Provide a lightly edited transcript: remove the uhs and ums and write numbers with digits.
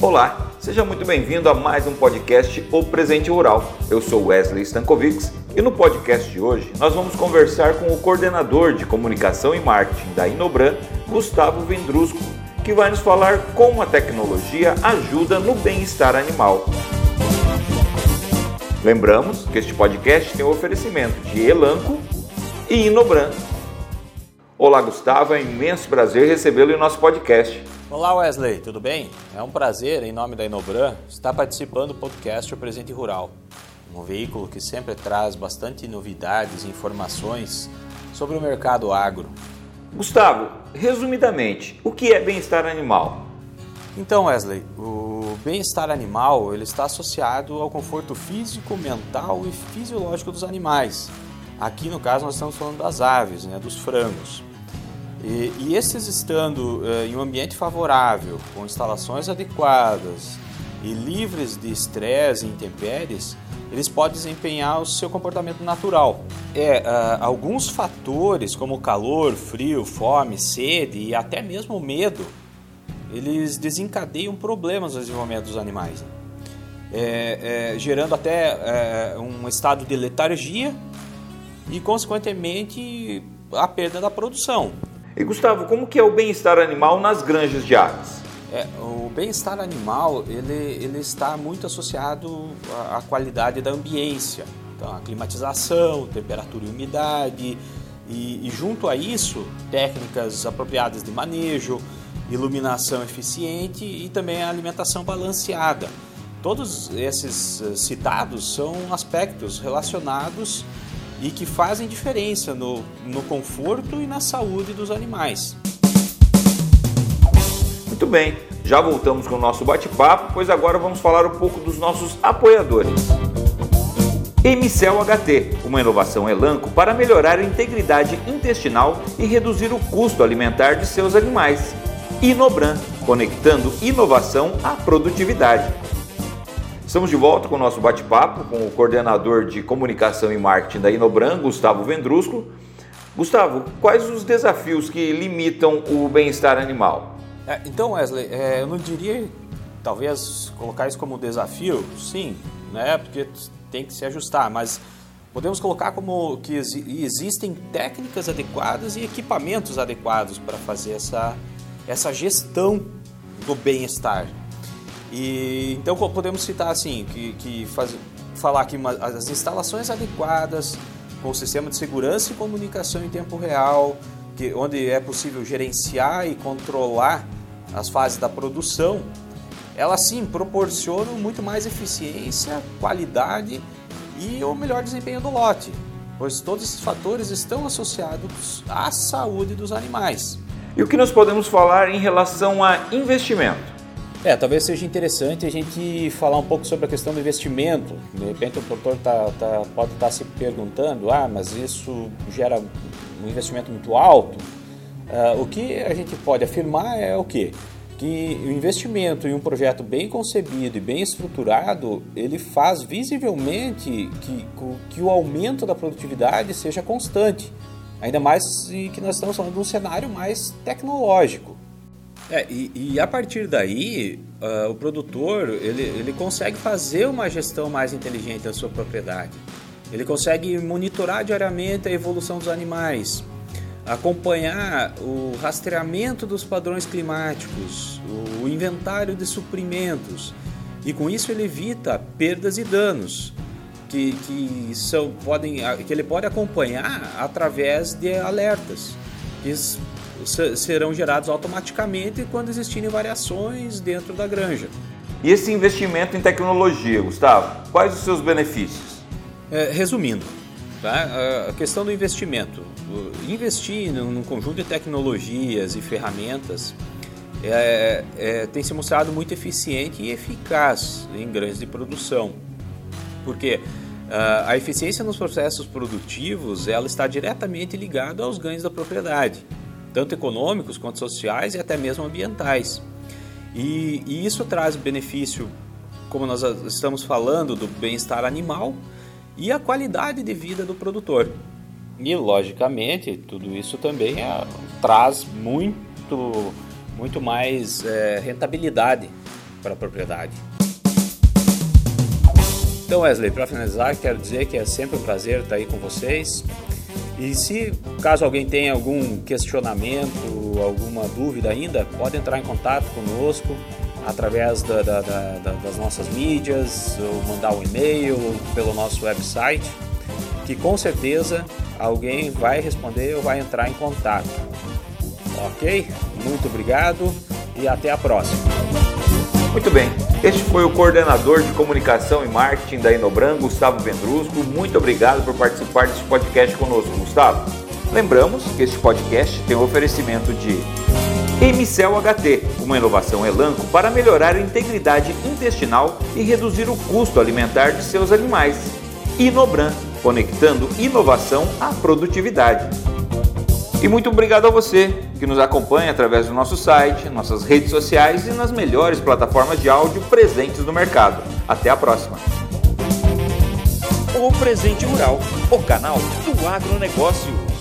Olá, seja muito bem-vindo a mais um podcast O Presente Rural. Eu sou Wesley Stankovics e no podcast de hoje nós vamos conversar com o coordenador de comunicação e marketing da Inobran, Gustavo Vendrusco, que vai nos falar como a tecnologia ajuda no bem-estar animal. Lembramos que este podcast tem o oferecimento de Elanco e Inobran. Olá, Gustavo, é um imenso prazer recebê-lo em nosso podcast. Olá, Wesley, tudo bem? É um prazer, em nome da Inobran, estar participando do podcast O Presente Rural, um veículo que sempre traz bastante novidades e informações sobre o mercado agro. Gustavo, resumidamente, o que é bem-estar animal? Então, Wesley, o bem-estar animal ele está associado ao conforto físico, mental e fisiológico dos animais. Aqui, no caso, nós estamos falando das aves, dos frangos. E esses estando em um ambiente favorável, com instalações adequadas e livres de estresse e intempéries, eles podem desempenhar o seu comportamento natural. Alguns fatores como calor, frio, fome, sede e até mesmo medo, eles desencadeiam problemas no desenvolvimento dos animais, gerando até um estado de letargia e, consequentemente, a perda da produção. E Gustavo, como que é o bem-estar animal nas granjas de aves? O bem-estar animal ele está muito associado à qualidade da ambiência, então a climatização, temperatura e umidade, e junto a isso técnicas apropriadas de manejo, iluminação eficiente e também a alimentação balanceada. Todos esses citados são aspectos relacionados e que fazem diferença no conforto e na saúde dos animais. Muito bem, já voltamos com o nosso bate-papo, pois agora vamos falar um pouco dos nossos apoiadores. Emicel HT, uma inovação Elanco para melhorar a integridade intestinal e reduzir o custo alimentar de seus animais. Inobran, conectando inovação à produtividade. Estamos de volta com o nosso bate-papo com o coordenador de comunicação e marketing da Inobran, Gustavo Vendrusco. Gustavo, quais os desafios que limitam o bem-estar animal? Então, Wesley, eu não diria, talvez, colocar isso como desafio, sim, porque tem que se ajustar, mas podemos colocar como que existem técnicas adequadas e equipamentos adequados para fazer essa gestão do bem-estar. E então podemos citar assim, falar que as instalações adequadas, com o sistema de segurança e comunicação em tempo real, onde é possível gerenciar e controlar as fases da produção, elas sim proporcionam muito mais eficiência, qualidade e o melhor desempenho do lote, pois todos esses fatores estão associados à saúde dos animais. E o que nós podemos falar em relação a investimento? Talvez seja interessante a gente falar um pouco sobre a questão do investimento. De repente o produtor pode estar se perguntando, mas isso gera um investimento muito alto. O que a gente pode afirmar é o quê? Que o investimento em um projeto bem concebido e bem estruturado, ele faz visivelmente que o aumento da produtividade seja constante. Ainda mais que nós estamos falando de um cenário mais tecnológico. E a partir daí, o produtor ele consegue fazer uma gestão mais inteligente da sua propriedade. Ele consegue monitorar diariamente a evolução dos animais, acompanhar o rastreamento dos padrões climáticos, o inventário de suprimentos, e com isso ele evita perdas e danos que ele pode acompanhar através de alertas que serão gerados automaticamente quando existirem variações dentro da granja. E esse investimento em tecnologia, Gustavo, quais os seus benefícios? Resumindo, a questão do investimento. Investir num conjunto de tecnologias e ferramentas tem se mostrado muito eficiente e eficaz em granjas de produção, porque a eficiência nos processos produtivos ela está diretamente ligada aos ganhos da propriedade, tanto econômicos quanto sociais e até mesmo ambientais. E isso traz benefício, como nós estamos falando, do bem-estar animal e a qualidade de vida do produtor. E, logicamente, tudo isso também traz muito mais rentabilidade para a propriedade. Então, Wesley, para finalizar, quero dizer que é sempre um prazer estar aí com vocês. E se caso alguém tenha algum questionamento, alguma dúvida ainda, pode entrar em contato conosco através das nossas mídias, ou mandar um e-mail, ou pelo nosso website, que com certeza alguém vai responder ou vai entrar em contato. Ok? Muito obrigado e até a próxima. Muito bem, este foi o coordenador de comunicação e marketing da Inobran, Gustavo Vendrusco. Muito obrigado por participar deste podcast conosco, Gustavo. Lembramos que este podcast tem o oferecimento de Emicel HT, uma inovação Elanco para melhorar a integridade intestinal e reduzir o custo alimentar de seus animais. Inobran, conectando inovação à produtividade. E muito obrigado a você que nos acompanha através do nosso site, nossas redes sociais e nas melhores plataformas de áudio presentes no mercado. Até a próxima! O Presente Rural, o canal do agronegócio.